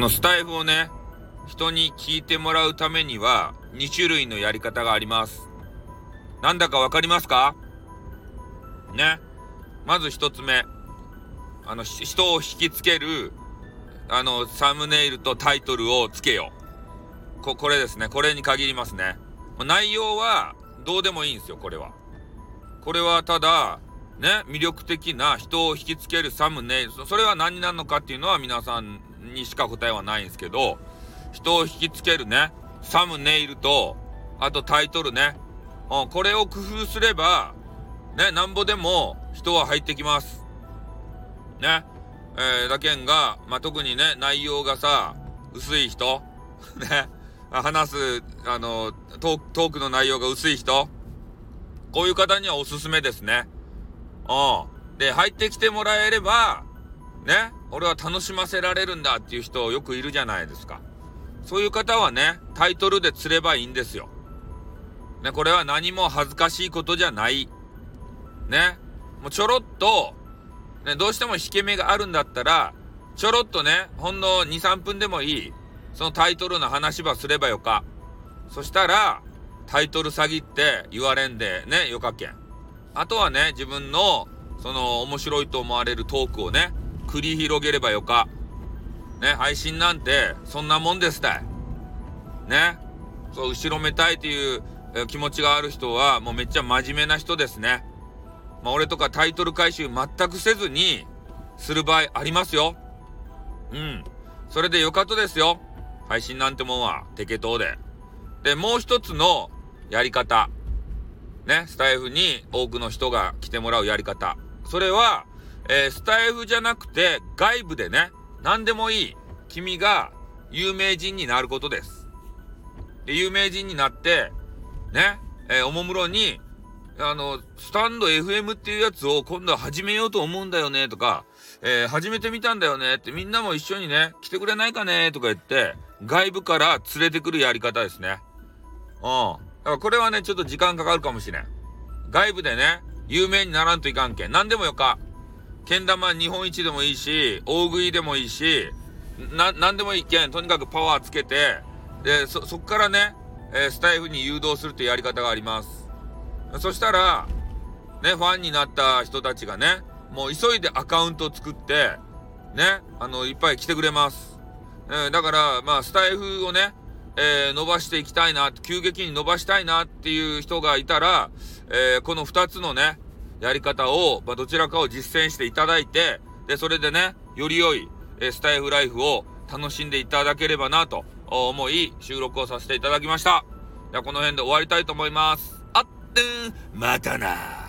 スタイフをね、人に聞いてもらうためには2種類のやり方があります。なんだかわかりますかね。まず1つ目。人を引きつける、サムネイルとタイトルをつけよう。これですね。これに限りますね。内容はどうでもいいんですよ、これは。これはただ、ね、魅力的な人を引きつけるサムネイル。それは何なのかっていうのは皆さんにしか答えはないんですけど、人を引きつけるね、サムネイルと、あとタイトルね。これを工夫すれば、ね、なんぼでも人は入ってきます。ね。だけんが、特にね、内容がさ、薄い人ね。話す、トークの内容が薄い人、こういう方にはおすすめですね。で、入ってきてもらえれば、ね、俺は楽しませられるんだっていう人よくいるじゃないですか。そういう方はね、タイトルで釣ればいいんですよ。ね、これは何も恥ずかしいことじゃない。ね、もうちょろっと、ね、どうしても引け目があるんだったら、ちょろっとね、ほんの2、3分でもいい、そのタイトルの話ばすればよか。そしたら、タイトル詐欺って言われんでね、よかけん。あとはね、自分の、面白いと思われるトークをね、繰り広げればよか。ね、配信なんて、そんなもんですたい。ね。そう、後ろめたいという気持ちがある人は、もうめっちゃ真面目な人ですね。俺とかタイトル回収全くせずに、する場合ありますよ。それでよかとですよ。配信なんてもんは、テケトーで。で、もう一つのやり方。ね、スタイフに多くの人が来てもらうやり方。それは、スタイフじゃなくて、外部でね、何でもいい。君が有名人になることです。で、有名人になって、ね、おもむろに、スタンド FM っていうやつを今度は始めようと思うんだよねとか、始めてみたんだよねってみんなも一緒にね、来てくれないかねとか言って、外部から連れてくるやり方ですね。だからこれはね、ちょっと時間かかるかもしれん。外部でね、有名にならんといかんけん。何でもよか。けん玉日本一でもいいし、大食いでもいいし、何でもいいけん。とにかくパワーつけて、で、そっからね、スタイフに誘導するっていうやり方があります。そしたら、ね、ファンになった人たちがね、もう急いでアカウントを作って、ね、いっぱい来てくれます。だから、スタイフをね、伸ばしていきたいな、急激に伸ばしたいなっていう人がいたら、この2つのね、やり方を、どちらかを実践していただいて、で、それでね、より良い、スタイフライフを楽しんでいただければなと思い、収録をさせていただきました。ではこの辺で終わりたいと思います。またな。